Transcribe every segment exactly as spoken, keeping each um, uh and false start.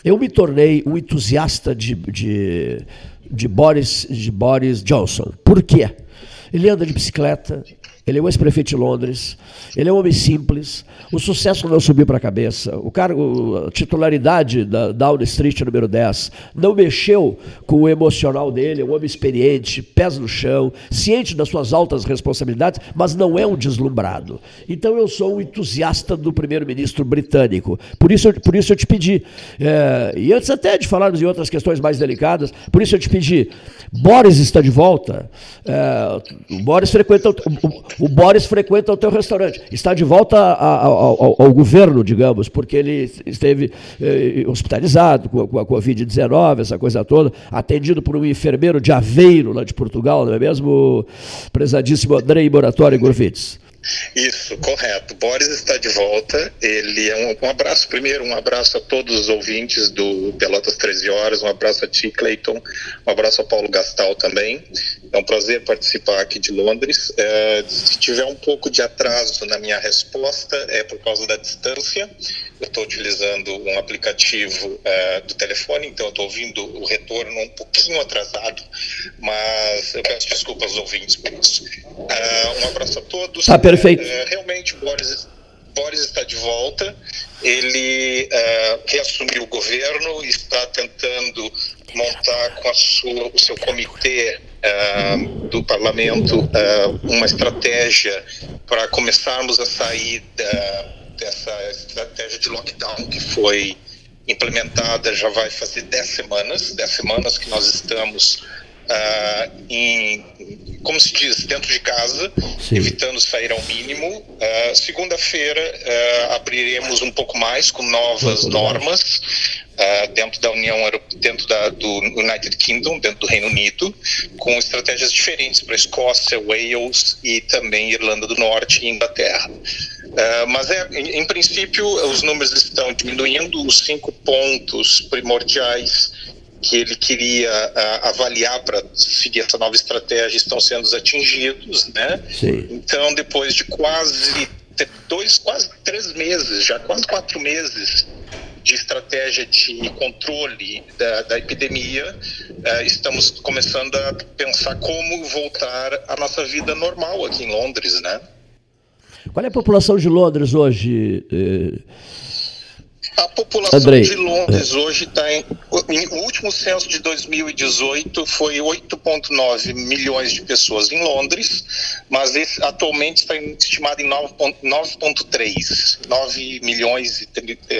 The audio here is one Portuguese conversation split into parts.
Eu me tornei um entusiasta de, de, de, Boris, de Boris Johnson. Por quê? Ele anda de bicicleta, ele é o ex-prefeito de Londres, ele é um homem simples, o sucesso não subiu para a cabeça, o cargo, a titularidade da Downing Street número dez não mexeu com o emocional dele, é um homem experiente, pés no chão, ciente das suas altas responsabilidades, mas não é um deslumbrado. Então eu sou um entusiasta do primeiro-ministro britânico, por isso, eu, por isso eu te pedi, é, e antes até de falarmos em outras questões mais delicadas, por isso eu te pedi, Boris está de volta, é, o Boris frequenta o, o, o Boris frequenta o teu restaurante, está de volta ao, ao, ao governo, digamos, porque ele esteve eh, hospitalizado com a, com a covid dezenove, essa coisa toda, atendido por um enfermeiro de Aveiro, lá de Portugal, não é mesmo, prezadíssimo Andrei Moratório Gurvitz? Isso, correto. Boris está de volta. Ele é um, um abraço, primeiro, um abraço a todos os ouvintes do Pelotas treze Horas, um abraço a ti, Cleiton, um abraço ao Paulo Gastal também. É um prazer participar aqui de Londres. É, se tiver um pouco de atraso na minha resposta, é por causa da distância. Eu estou utilizando um aplicativo é, do telefone, então eu estou ouvindo o retorno um pouquinho atrasado, mas eu peço desculpas aos ouvintes por isso. É, um abraço a todos. Tá perfeito. É, realmente, Boris, Boris está de volta. Ele é, reassumiu o governo, está tentando montar com a sua, o seu comitê uh, do parlamento uh, uma estratégia para começarmos a sair da, dessa estratégia de lockdown que foi implementada, já vai fazer dez semanas, dez semanas que nós estamos uh, em, como se diz, dentro de casa, sim, evitando sair ao mínimo. Uh, segunda-feira uh, abriremos um pouco mais com novas normas uh, dentro da União Europeia, dentro da, do United Kingdom, dentro do Reino Unido, com estratégias diferentes para Escócia, Wales e também Irlanda do Norte e Inglaterra. Uh, mas é, em, em princípio os números estão diminuindo, os cinco pontos primordiais que ele queria uh, avaliar para seguir essa nova estratégia estão sendo atingidos, né? Sim. Então, depois de quase dois, quase três meses, já quase quatro meses de estratégia de controle da, da epidemia, uh, estamos começando a pensar como voltar à nossa vida normal aqui em Londres, né? Qual é a população de Londres hoje? Eh... A população Andrei. de Londres hoje está em... O último censo de dois mil e dezoito foi oito vírgula nove milhões de pessoas em Londres, mas esse atualmente está estimado em nove vírgula três, nove milhões e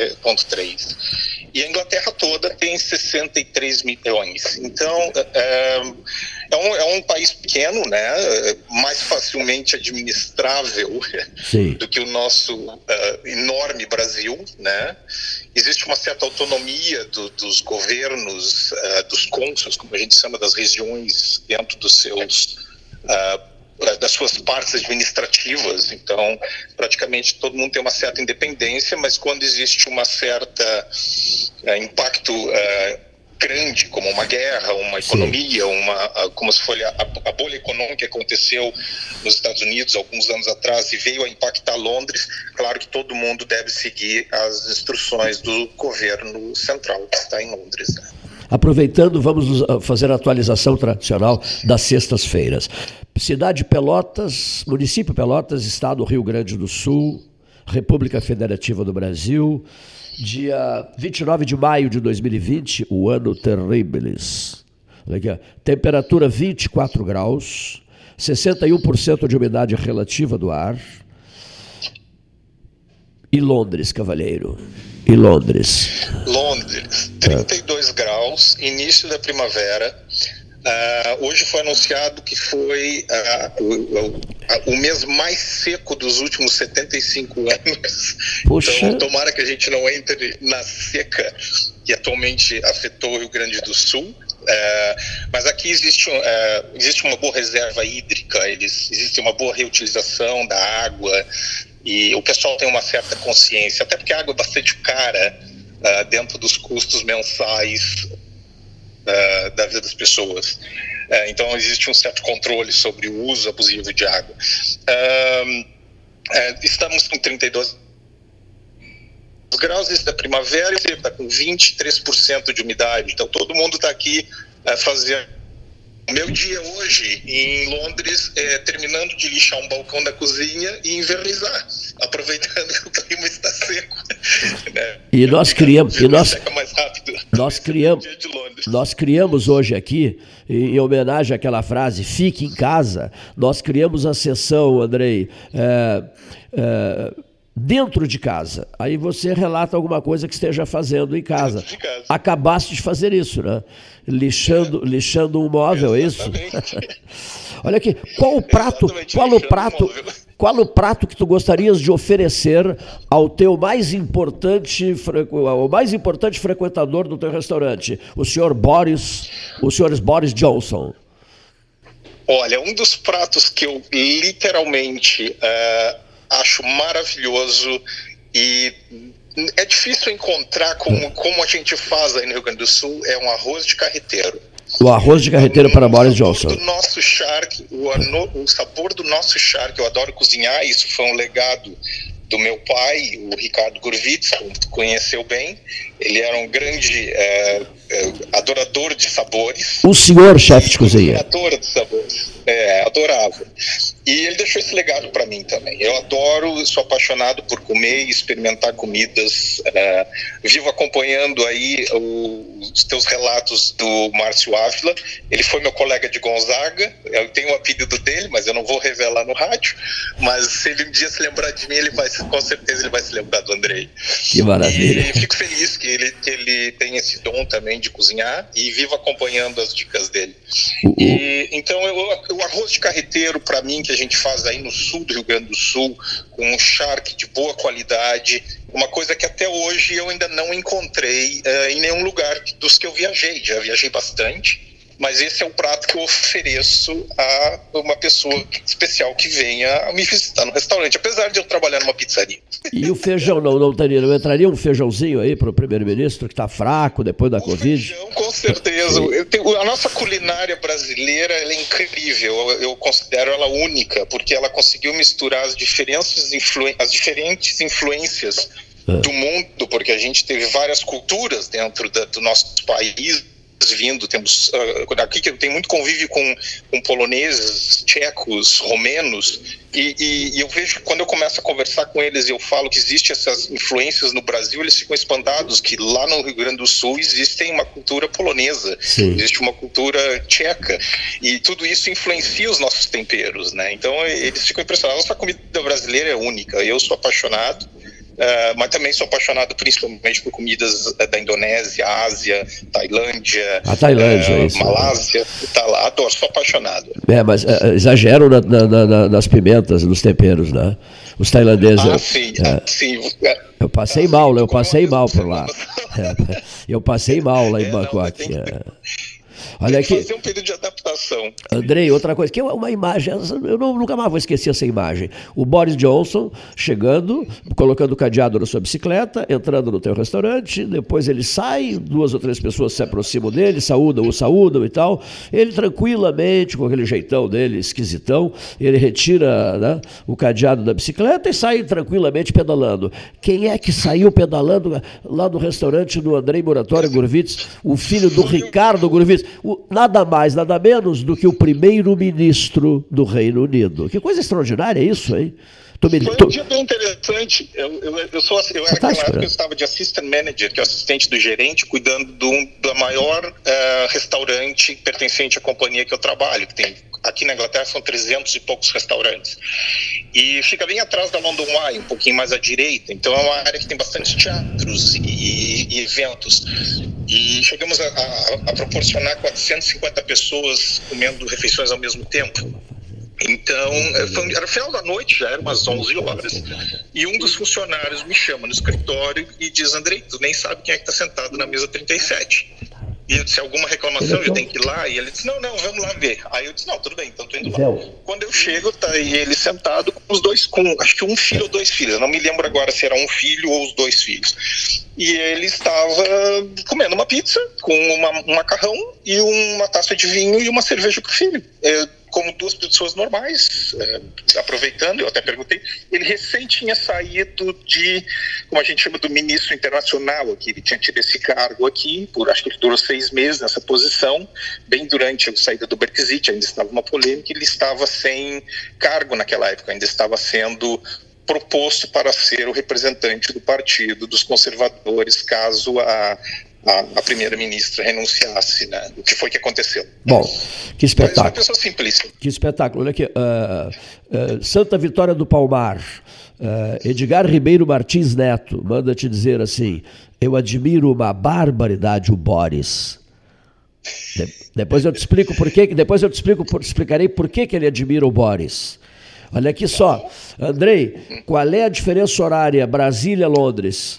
três. E a Inglaterra toda tem sessenta e três milhões. Então, é, é, um, é um país pequeno, né? Mais facilmente administrável, sim, do que o nosso uh, enorme Brasil, né? Existe uma certa autonomia do, dos governos, uh, dos cônsules, como a gente chama, das regiões dentro dos seus, uh, das suas partes administrativas. Então, praticamente todo mundo tem uma certa independência, mas quando existe uma certa uh, impacto uh, grande, como uma guerra, uma economia, uma, como se fosse a, a bolha econômica que aconteceu nos Estados Unidos alguns anos atrás e veio a impactar Londres, claro que todo mundo deve seguir as instruções do governo central que está em Londres, né? Aproveitando, vamos fazer a atualização tradicional das sextas-feiras. Cidade de Pelotas, município Pelotas, Estado do Rio Grande do Sul, República Federativa do Brasil, dia vinte e nove de maio de dois mil e vinte, o ano terribilis. Olha aqui, ó. Temperatura vinte e quatro graus, sessenta e um por cento de umidade relativa do ar. E Londres, cavalheiro? E Londres? Londres, trinta e dois é. graus, início da primavera. Uh, hoje foi anunciado que foi uh, o, o, o mês mais seco dos últimos setenta e cinco anos. Puxa. Então, tomara que a gente não entre na seca que atualmente afetou o Rio Grande do Sul. Uh, mas aqui existe, uh, existe uma boa reserva hídrica, eles, existe uma boa reutilização da água e o pessoal tem uma certa consciência, até porque a água é bastante cara uh, dentro dos custos mensais Uh, da vida das pessoas. Uh, então existe um certo controle sobre o uso abusivo de água. Uh, uh, estamos com trinta e dois graus da primavera, está com vinte e três por cento de umidade. Então todo mundo está aqui é, fazendo. O meu dia hoje em Londres é terminando de lixar um balcão da cozinha e invernizar, aproveitando que o clima está seco. Né? E nós criamos, e nós, mais rápido. Nós criamos, nós criamos hoje aqui, em homenagem àquela frase, fique em casa, nós criamos a sessão, Andrei, é, é, dentro de casa. Aí você relata alguma coisa que esteja fazendo em casa. casa. Acabaste de fazer isso, né? Lixando, é. lixando um móvel, é isso? Olha aqui, qual o prato, qual o prato, qual o prato que tu gostarias de oferecer ao teu mais importante, o mais importante frequentador do teu restaurante, o senhor Boris, o senhor Boris Johnson? Olha, um dos pratos que eu literalmente uh, acho maravilhoso e é difícil encontrar como, como a gente faz aí no Rio Grande do Sul, é um arroz de carreteiro. O arroz de carreteiro para Boris Johnson. Do nosso charque, o, o sabor do nosso charque, eu adoro cozinhar, isso foi um legado do meu pai, o Ricardo Gurvitz, como tu conheceu bem. Ele era um grande é, é, adorador de sabores. O senhor chefe de cozinha. Adorador de sabores. É, adorava. E ele deixou esse legado para mim também. Eu adoro, sou apaixonado por comer e experimentar comidas. É, vivo acompanhando aí o, os teus relatos do Márcio Ávila. Ele foi meu colega de Gonzaga. Eu tenho o apelido dele, mas eu não vou revelar no rádio. Mas se ele um dia se lembrar de mim, ele vai, com certeza ele vai se lembrar do Andrei. Que maravilha. E fico feliz que ele, que ele tem esse dom também de cozinhar e vivo acompanhando as dicas dele. Uh-uh. E, então, eu, o arroz de carreteiro, para mim, que a gente faz aí no sul do Rio Grande do Sul, com um charque de boa qualidade, uma coisa que até hoje eu ainda não encontrei uh, em nenhum lugar dos que eu viajei. Já viajei bastante, mas esse é o prato que eu ofereço a uma pessoa especial que venha me visitar no restaurante, apesar de eu trabalhar numa pizzaria. E o feijão, não, não, teria, não entraria um feijãozinho aí para o primeiro-ministro que está fraco depois da o Covid? Feijão, com certeza. Eu tenho, a nossa culinária brasileira ela é incrível, eu, eu considero ela única, porque ela conseguiu misturar as diferentes, influ, as diferentes influências é. do mundo, porque a gente teve várias culturas dentro da, do nosso país, vindo, temos uh, aqui que tem muito convívio com, com poloneses, tchecos, romenos, e, e, e eu vejo que quando eu começo a conversar com eles e eu falo que existem essas influências no Brasil, eles ficam espantados que lá no Rio Grande do Sul existe uma cultura polonesa, Sim. existe uma cultura tcheca, e tudo isso influencia os nossos temperos, né? Então eles ficam impressionados. Nossa comida brasileira é única, eu sou apaixonado. Uh, mas também sou apaixonado principalmente por comidas uh, da Indonésia, Ásia, Tailândia, a Tailândia uh, isso, Malásia, tá lá, adoro, sou apaixonado. É, mas uh, exageram na, na, na, nas pimentas, nos temperos, né? Os tailandeses. Ah, sim, é, ah, sim. Eu passei ah, mal, sim, eu passei mal por lá. É, eu passei mal lá em é, Bangkok. Não, tem que... é. Olha aqui. Fazer um período de adaptação. Andrei, outra coisa, que é uma imagem, eu não, nunca mais vou esquecer essa imagem. O Boris Johnson chegando, colocando o cadeado na sua bicicleta, entrando no teu restaurante, depois ele sai, duas ou três pessoas se aproximam dele, saúdam, o saúdam e tal. Ele tranquilamente, com aquele jeitão dele, esquisitão, ele retira, né, o cadeado da bicicleta e sai tranquilamente pedalando. Quem é que saiu pedalando lá no restaurante do Andrei Muratório Gurvitz? O filho do Ricardo Gurvitz. O, nada mais, nada menos do que o primeiro-ministro do Reino Unido. Que coisa extraordinária é isso, hein? Me, Foi tô... um dia bem interessante. Eu, eu, eu, sou, eu era naquela época, eu estava de assistant manager, que é o assistente do gerente, cuidando do, do maior uh, restaurante pertencente à companhia que eu trabalho, que tem aqui na Inglaterra são trezentos e poucos restaurantes. E fica bem atrás da London Eye, um pouquinho mais à direita. Então é uma área que tem bastante teatros e, e eventos. E chegamos a, a, a proporcionar quatrocentas e cinquenta pessoas comendo refeições ao mesmo tempo. Então, foi, era final da noite, já era umas onze horas, e um dos funcionários me chama no escritório e diz: Andrei, tu nem sabe quem é que está sentado na mesa trinta e sete. E eu disse: alguma reclamação, eu tenho que ir lá? E ele disse: não, não, vamos lá ver. Aí eu disse: não, tudo bem, então tô indo lá. Quando eu chego, tá ele sentado com os dois, com acho que um filho ou dois filhos, eu não me lembro agora se era um filho ou os dois filhos. E ele estava comendo uma pizza com uma, um macarrão e uma taça de vinho e uma cerveja pro filho. Eu, como duas pessoas normais, é, aproveitando, eu até perguntei, ele recém tinha saído de, como a gente chama, do ministro internacional aqui, ele tinha tido esse cargo aqui, por acho que ele durou seis meses nessa posição, bem durante a saída do Brexit, ainda estava uma polêmica, ele estava sem cargo naquela época, ainda estava sendo proposto para ser o representante do partido dos conservadores, caso a, a, a primeira-ministra renunciasse, né? O que foi que aconteceu. Bom, que espetáculo. Mas uma pessoa simplista. Que espetáculo. Olha aqui, uh, uh, Santa Vitória do Palmar, uh, Edgar Ribeiro Martins Neto, manda te dizer assim, eu admiro uma barbaridade o Boris. De, depois eu te explico por quê, depois eu te explico, por, explicarei por que que ele admira o Boris. Olha aqui só, Andrei, qual é a diferença horária Brasília-Londres?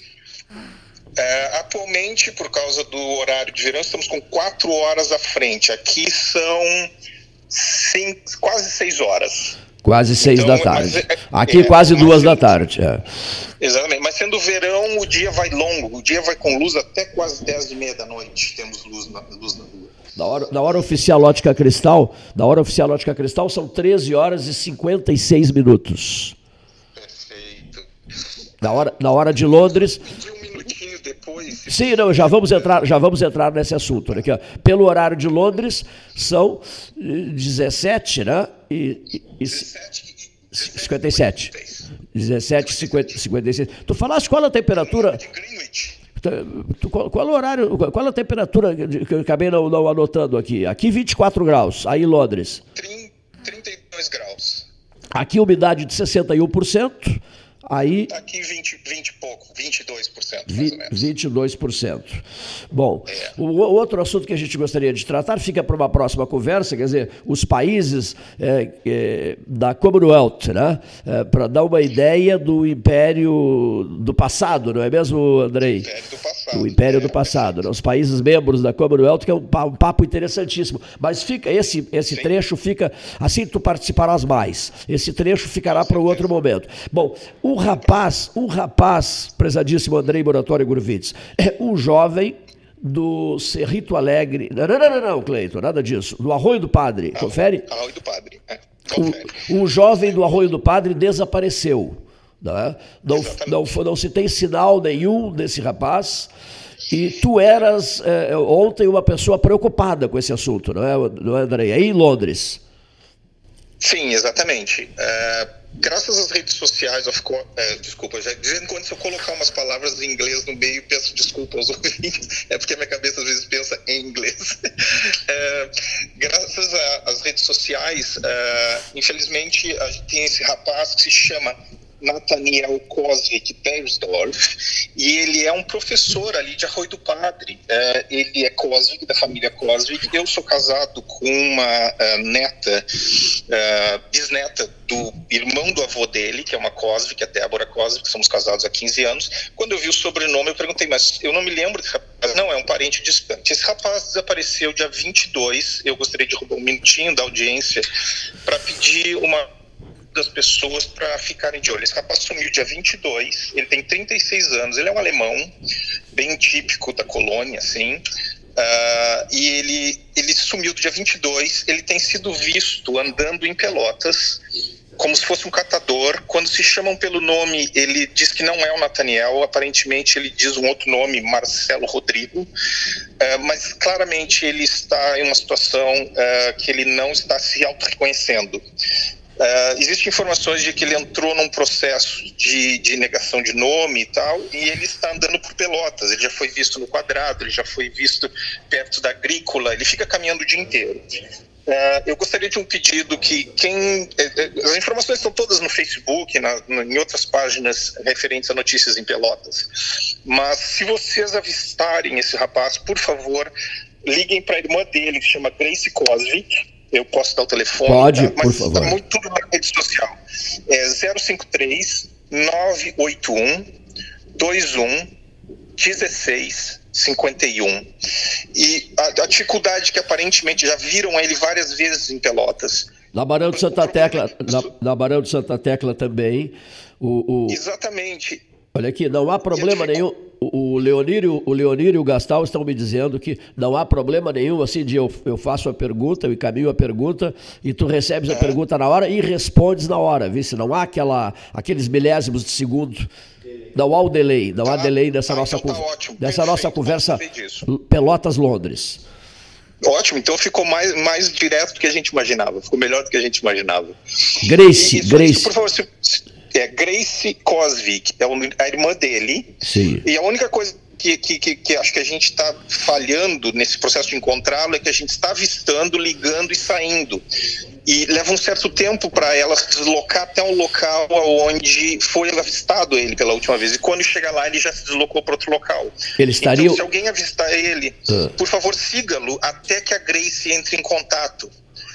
É, atualmente, por causa do horário de verão, estamos com quatro horas à frente. Aqui são cinco, quase seis horas. Quase seis então, da tarde. É, aqui é, quase duas sendo, da tarde. É. Exatamente, mas sendo verão, o dia vai longo. O dia vai com luz até quase dez e meia da noite. Temos luz na, luz na rua. Na hora, na hora oficial Ótica Cristal, na hora oficial Ótica Cristal são treze horas e cinquenta e seis minutos. Perfeito. Na hora, na hora de Londres. Um minutinho depois. Sim, não, já vamos entrar, já vamos entrar nesse assunto. Olha aqui, ó. Pelo horário de Londres são dezessete, né? E, e, e cinquenta e sete. dezessete e cinquenta e seis. Tu falaste qual a temperatura? De Greenwich. Qual, qual o horário, qual a temperatura que eu acabei não, não anotando aqui? Aqui vinte e quatro graus, aí em Londres. trinta e dois graus. Aqui umidade de sessenta e um por cento. Aí, aqui vinte, vinte e pouco, vinte e dois por cento mais ou menos. vinte e dois por cento. Bom, é. o, o outro assunto que a gente gostaria de tratar fica para uma próxima conversa, quer dizer, os países é, é, da Commonwealth, né? É, para dar uma ideia do império do passado, não é mesmo, Andrei? O império do passado. O império é, do passado, né? Os países membros da Commonwealth, que é um, um papo interessantíssimo. Mas fica esse, esse trecho fica, assim tu participarás mais. Esse trecho ficará para um outro momento. Bom, o Um rapaz, um rapaz, prezadíssimo Andrei Moratório Gurvitz, é um jovem do Cerrito Alegre, não, não, não, não, Cleiton, nada disso, do Arroio do Padre, confere? Arroio do Padre, é, confere. Um, um jovem do Arroio do Padre desapareceu, não, é? não, não, não, não se tem sinal nenhum desse rapaz, e tu eras é, ontem uma pessoa preocupada com esse assunto, não é, não é Andrei? Aí em Londres. Sim, exatamente. É, graças às redes sociais, ficou, é, desculpa, já, de vez em quando se eu colocar umas palavras em inglês no meio, peço desculpa aos ouvintes, é porque a minha cabeça às vezes pensa em inglês. É, graças às redes sociais, é, infelizmente, a gente tem esse rapaz que se chama Nathaniel Coswick Beiersdorf, e ele é um professor ali de Arroio do Padre. Uh, ele é Coswick, da família Coswick. Eu sou casado com uma uh, neta, uh, bisneta do irmão do avô dele, que é uma Coswick, a Débora Coswick, somos casados há quinze anos. Quando eu vi o sobrenome, eu perguntei, mas eu não me lembro desse rapaz. Não, é um parente distante. Esse rapaz desapareceu dia vinte e dois, eu gostaria de roubar um minutinho da audiência para pedir uma das pessoas para ficarem de olho. Esse rapaz sumiu dia vinte e dois, ele tem trinta e seis anos, ele é um alemão, bem típico da colônia, assim, uh, e ele, ele sumiu do dia vinte e dois, ele tem sido visto andando em Pelotas, como se fosse um catador. Quando se chamam pelo nome, ele diz que não é o Nathaniel, aparentemente ele diz um outro nome, Marcelo Rodrigo, uh, mas claramente ele está em uma situação uh, que ele não está se auto-reconhecendo. Uh, existem informações de que ele entrou num processo de, de negação de nome e tal, e ele está andando por Pelotas. Ele já foi visto no Quadrado, ele já foi visto perto da Agrícola, ele fica caminhando o dia inteiro. Uh, eu gostaria de um pedido que quem... As informações estão todas no Facebook, na, na, em outras páginas referentes a notícias em Pelotas. Mas se vocês avistarem esse rapaz, por favor, liguem para a irmã dele, que se chama Grace Coswick. Eu posso dar o telefone, pode, tá? Mas por favor. Está muito tudo na rede social. É zero cinco três, nove oito um, dois um, um seis cinco um. E a, a dificuldade que aparentemente já viram ele várias vezes em Pelotas. Na Barão de Santa Tecla, na, na Barão de Santa Tecla também. O, o... Exatamente. Olha aqui, não há problema nenhum. o, o, Leonírio, o Leonírio e o Gastal estão me dizendo que não há problema nenhum, assim, de eu, eu faço a pergunta, eu encaminho a pergunta e tu recebes a pergunta na hora e respondes na hora, viu? Se não há aquela, aqueles milésimos de segundo. Não há o delay, não há tá, delay nessa, tá, nossa, então tá ótimo, nessa nossa conversa Pelotas-Londres. Ótimo, então ficou mais, mais direto do que a gente imaginava, ficou melhor do que a gente imaginava. Grace, e, e Grace. Isso, por favor, se, é Grace Cosvig, é a irmã dele. Sim. E a única coisa que, que, que, que acho que a gente está falhando nesse processo de encontrá-lo é que a gente está avistando, ligando e saindo. E leva um certo tempo para ela se deslocar até um local onde foi avistado ele pela última vez. E quando chega lá, ele já se deslocou para outro local. Ele estaria... Então, se alguém avistar ele, ah. por favor, siga-lo até que a Grace entre em contato.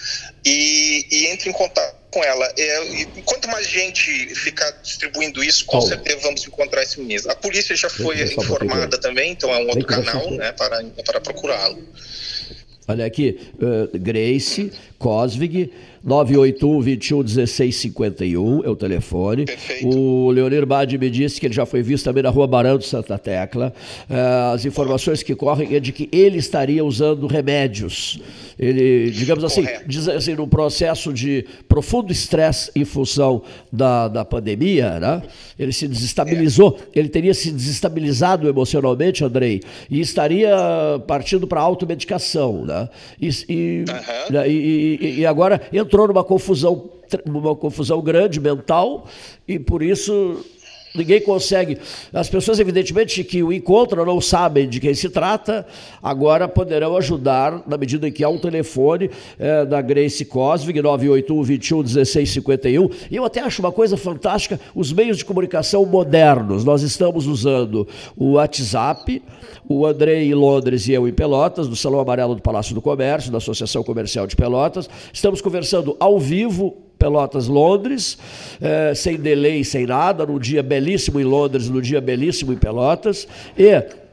E, e entre em contato com ela. É, e quanto mais gente ficar distribuindo isso, com oh. certeza vamos encontrar esse menino. A polícia já foi informada também, então é um outro canal, né, para, para procurá-lo. Olha aqui, uh, Grace Cosvig, nove oito um, dois um, um seis cinco um é o telefone. Perfeito. O Leonir Badi me disse que ele já foi visto também na rua Barão de Santa Tecla. Uh, as informações que correm é de que ele estaria usando remédios. Ele, digamos assim, diz, assim, num processo de profundo estresse em função da, da pandemia, né? Ele se desestabilizou, é. ele teria se desestabilizado emocionalmente, Andrei, e estaria partindo para a automedicação, né? E, e, uhum. né? E, e, e agora entrou numa confusão, numa confusão grande mental, e por isso ninguém consegue. As pessoas, evidentemente, que o encontram não sabem de quem se trata, agora poderão ajudar, na medida em que há um telefone é, da Grace Cosvig, nove oito um, dois um, um seis cinco um. E eu até acho uma coisa fantástica, os meios de comunicação modernos. Nós estamos usando o WhatsApp, o Andrei em Londres e eu em Pelotas, no Salão Amarelo do Palácio do Comércio, da Associação Comercial de Pelotas. Estamos conversando ao vivo, Pelotas, Londres, eh, sem delay, sem nada, num dia belíssimo em Londres, num dia belíssimo em Pelotas, e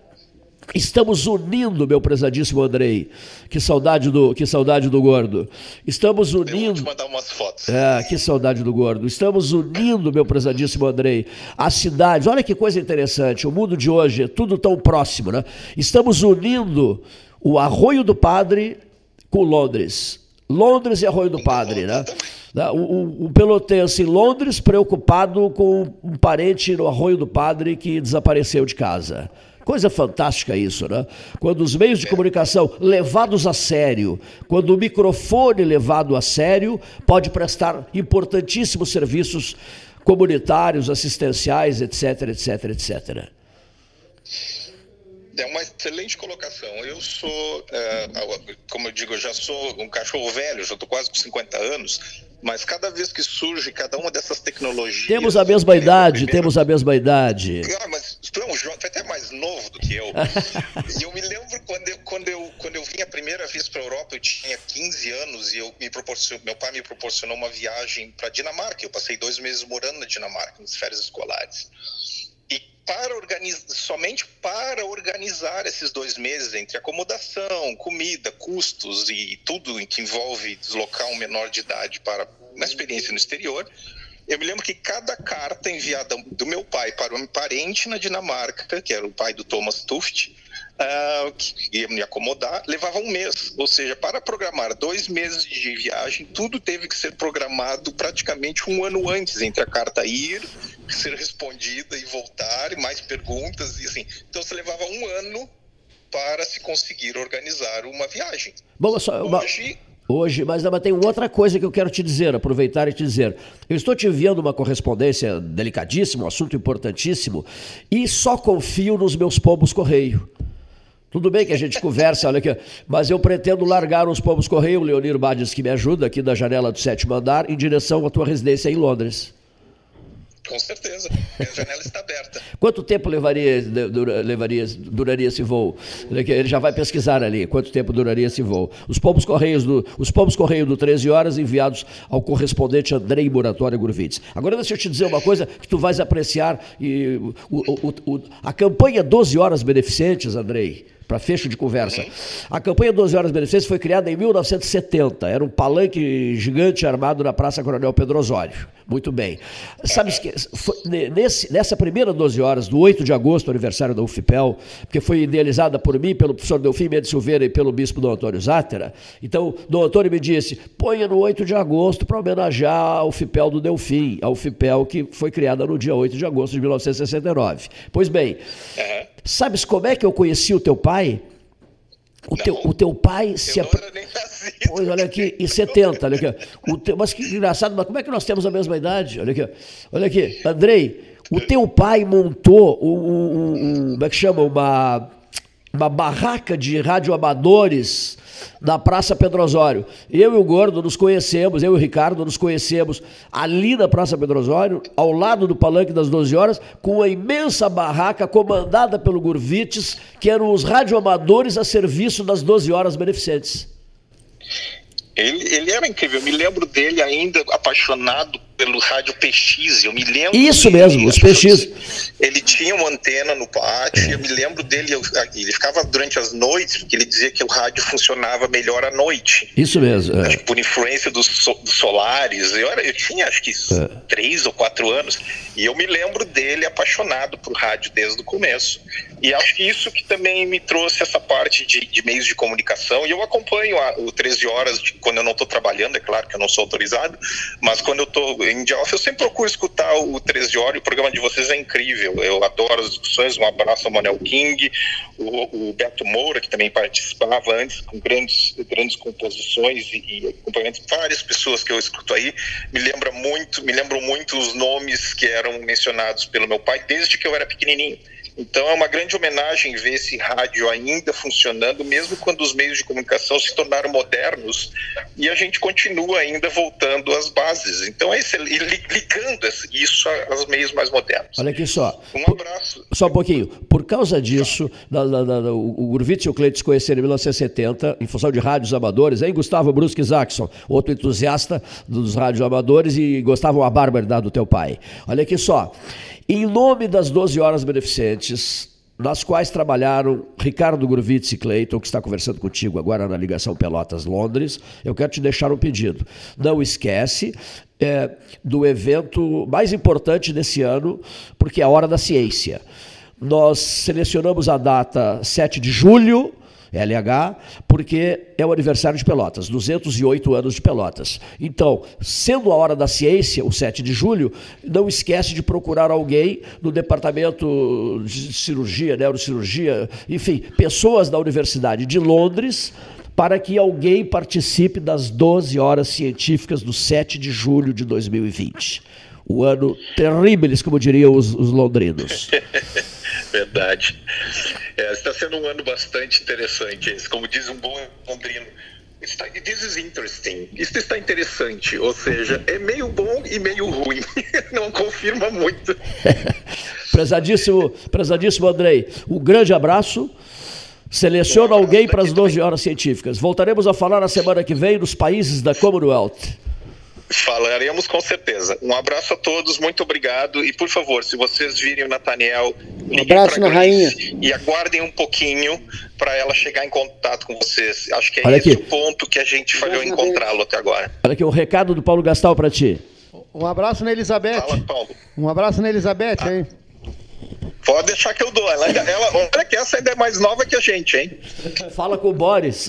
estamos unindo, meu prezadíssimo Andrei, que saudade do, que saudade do gordo, estamos unindo... Eu vou te mandar umas fotos. É, que saudade do gordo, estamos unindo, meu prezadíssimo Andrei, as cidades, olha que coisa interessante, o mundo de hoje é tudo tão próximo, né? Estamos unindo o Arroio do Padre com Londres, Londres e Arroio do Padre, né? O, o, o pelotense em Londres preocupado com um parente no Arroio do Padre que desapareceu de casa. Coisa fantástica isso, né? Quando os meios de comunicação levados a sério, quando o microfone levado a sério, pode prestar importantíssimos serviços comunitários, assistenciais, etc, etc, etcétera. É uma excelente colocação. Eu sou, é, como eu digo, eu já sou um cachorro velho, já estou quase com cinquenta anos, mas cada vez que surge cada uma dessas tecnologias... Temos a mesma idade, primeiro... temos a mesma idade. Ah, mas tu é um jovem, tu é até mais novo do que eu. E eu me lembro quando eu, quando eu, quando eu vim a primeira vez para a Europa, eu tinha quinze anos e eu me proporcion... meu pai me proporcionou uma viagem para a Dinamarca. Eu passei dois meses morando na Dinamarca, nas férias escolares. Para organizar, somente para organizar esses dois meses entre acomodação, comida, custos e tudo que envolve deslocar um menor de idade para uma experiência no exterior, eu me lembro que cada carta enviada do meu pai para um parente na Dinamarca, que era o pai do Thomas Tuft, uh, que ia me acomodar, levava um mês. Ou seja, para programar dois meses de viagem, tudo teve que ser programado praticamente um ano antes, entre a carta ir, ser respondida e voltar, e mais perguntas, e assim. Então, você levava um ano para se conseguir organizar uma viagem. Bom, só, Hoje... Hoje, mas, mas tem outra coisa que eu quero te dizer, aproveitar e te dizer. Eu estou te enviando uma correspondência delicadíssima, um assunto importantíssimo, e só confio nos meus pombos correio. Tudo bem que a gente conversa, olha aqui, mas eu pretendo largar os pombos correio, o Leonir Bades que me ajuda, aqui da janela do sétimo andar, em direção à tua residência em Londres. Com certeza, a janela está aberta. Quanto tempo levaria, dura, levaria, duraria esse voo? Ele já vai pesquisar ali quanto tempo duraria esse voo. Os pombos correios do, os pombos correio do treze horas enviados ao correspondente Andrei Moratória Gurvitz. Agora deixa eu te dizer uma coisa que tu vais apreciar. E, o, o, o, a campanha doze horas beneficentes, Andrei, para fecho de conversa. Uhum. A campanha doze horas beneficentes foi criada em mil novecentos e setenta. Era um palanque gigante armado na Praça Coronel Pedro Osório. Muito bem. Sabe que foi nesse, nessa primeira doze horas, do oito de agosto, aniversário da U F P E L, que foi idealizada por mim, pelo professor Delfim Mendes Silveira e pelo bispo Dom Antônio Zátera, então Dom Antônio me disse, ponha no oito de agosto para homenagear a U F P E L do Delfim, a U F P E L que foi criada no dia oito de agosto de mil novecentos e sessenta e nove. Pois bem, uhum. Sabes como é que eu conheci o teu pai? O, teu, o teu pai eu se... Eu não era nem nascido. Pois, olha aqui, em setenta, olha aqui. O teu... Mas que engraçado, mas como é que nós temos a mesma idade? Olha aqui, olha aqui, Andrei, o teu pai montou um, um, um, como é que chama? Uma, uma barraca de radioamadores na Praça Pedro Osório. Eu e o Gordo nos conhecemos, eu e o Ricardo nos conhecemos ali na Praça Pedro Osório, ao lado do Palanque das doze horas, com uma imensa barraca comandada pelo Gurvites, que eram os radioamadores a serviço das doze horas beneficentes. Ele, ele era incrível, eu me lembro dele ainda apaixonado pelo rádio P X, eu me lembro... Isso dele, mesmo, os P X. Ele tinha uma antena no pátio, eu me lembro dele, eu, ele ficava durante as noites, porque ele dizia que o rádio funcionava melhor à noite. Isso mesmo. É. Acho que por influência dos, so, dos solares, eu, era, eu tinha acho que é. três ou quatro anos, e eu me lembro dele apaixonado por rádio desde o começo. E acho que isso que também me trouxe essa parte de, de meios de comunicação, e eu acompanho a, o treze horas, de, quando eu não estou trabalhando, é claro que eu não sou autorizado, mas quando eu estou em dia off, eu sempre procuro escutar o treze horas, e o programa de vocês é incrível, eu adoro as discussões. Um abraço ao Manuel King, o, o Beto Moura, que também participava antes, com grandes, grandes composições e, e acompanhamentos, várias pessoas que eu escuto aí, me lembra muito, me lembram muito os nomes que eram mencionados pelo meu pai, desde que eu era pequenininho. Então é uma grande homenagem ver esse rádio ainda funcionando, mesmo quando os meios de comunicação se tornaram modernos e a gente continua ainda voltando às bases. Então é esse, ligando isso aos meios mais modernos. Olha aqui só. Um abraço. Só um pouquinho. Por causa disso, da, da, da, o Gurvitz e o Cleiton se conheceram em mil novecentos e setenta, em função de rádios amadores, aí Gustavo Brusque Jackson, outro entusiasta dos rádios amadores, e gostavam a barbaridade do teu pai. Olha aqui só. Em nome das doze horas beneficentes, nas quais trabalharam Ricardo Gurvitz e Cleiton, que está conversando contigo agora na ligação Pelotas-Londres, eu quero te deixar um pedido. Não esquece é, do evento mais importante desse ano, porque é a Hora da Ciência. Nós selecionamos a data sete de julho, L H, porque é o aniversário de Pelotas, duzentos e oito anos de Pelotas. Então, sendo a Hora da Ciência, o sete de julho, não esquece de procurar alguém no departamento de cirurgia, neurocirurgia, enfim, pessoas da Universidade de Londres, para que alguém participe das doze horas científicas do sete de julho de dois mil e vinte. O ano terríveis, como diriam os, os londrinos. Verdade. É, está sendo um ano bastante interessante. Como diz um bom londrino, this is interesting. Isso está interessante. Ou seja, é meio bom e meio ruim. Não confirma muito. prezadíssimo, prezadíssimo Andrei, um grande abraço. Seleciona alguém para as doze horas científicas. Voltaremos a falar na semana que vem dos países da Commonwealth. Falaremos com certeza. Um abraço a todos, muito obrigado. E por favor, se vocês virem o Nathaniel, um abraço na rainha e aguardem um pouquinho para ela chegar em contato com vocês. Acho que é Olha esse aqui. o ponto que a gente falhou em encontrá-lo até agora. Olha aqui o recado do Paulo Gastal para ti. Um abraço na Elizabeth. Fala, Paulo. Um abraço na Elizabeth ah. aí. Pode deixar que eu dou. Ela, ela, olha que essa ainda é mais nova que a gente, hein? Fala com o Boris.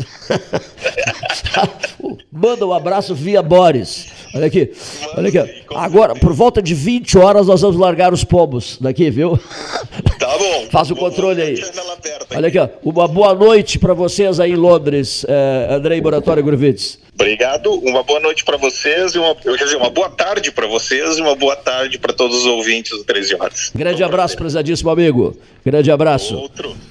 Manda um abraço via Boris. Olha aqui. Olha aqui. Agora, por volta de vinte horas, nós vamos largar os pombos daqui, viu? Tá bom. Faz o controle aí. Olha aqui, ó. Uma boa noite para vocês aí em Londres, eh, Andrei Moratório Gurvitz. Obrigado, uma boa noite para vocês, e uma, quer dizer, uma boa tarde para vocês e uma boa tarde para todos os ouvintes do treze horas. Grande abraço, prezadíssimo amigo. Grande abraço. Outro.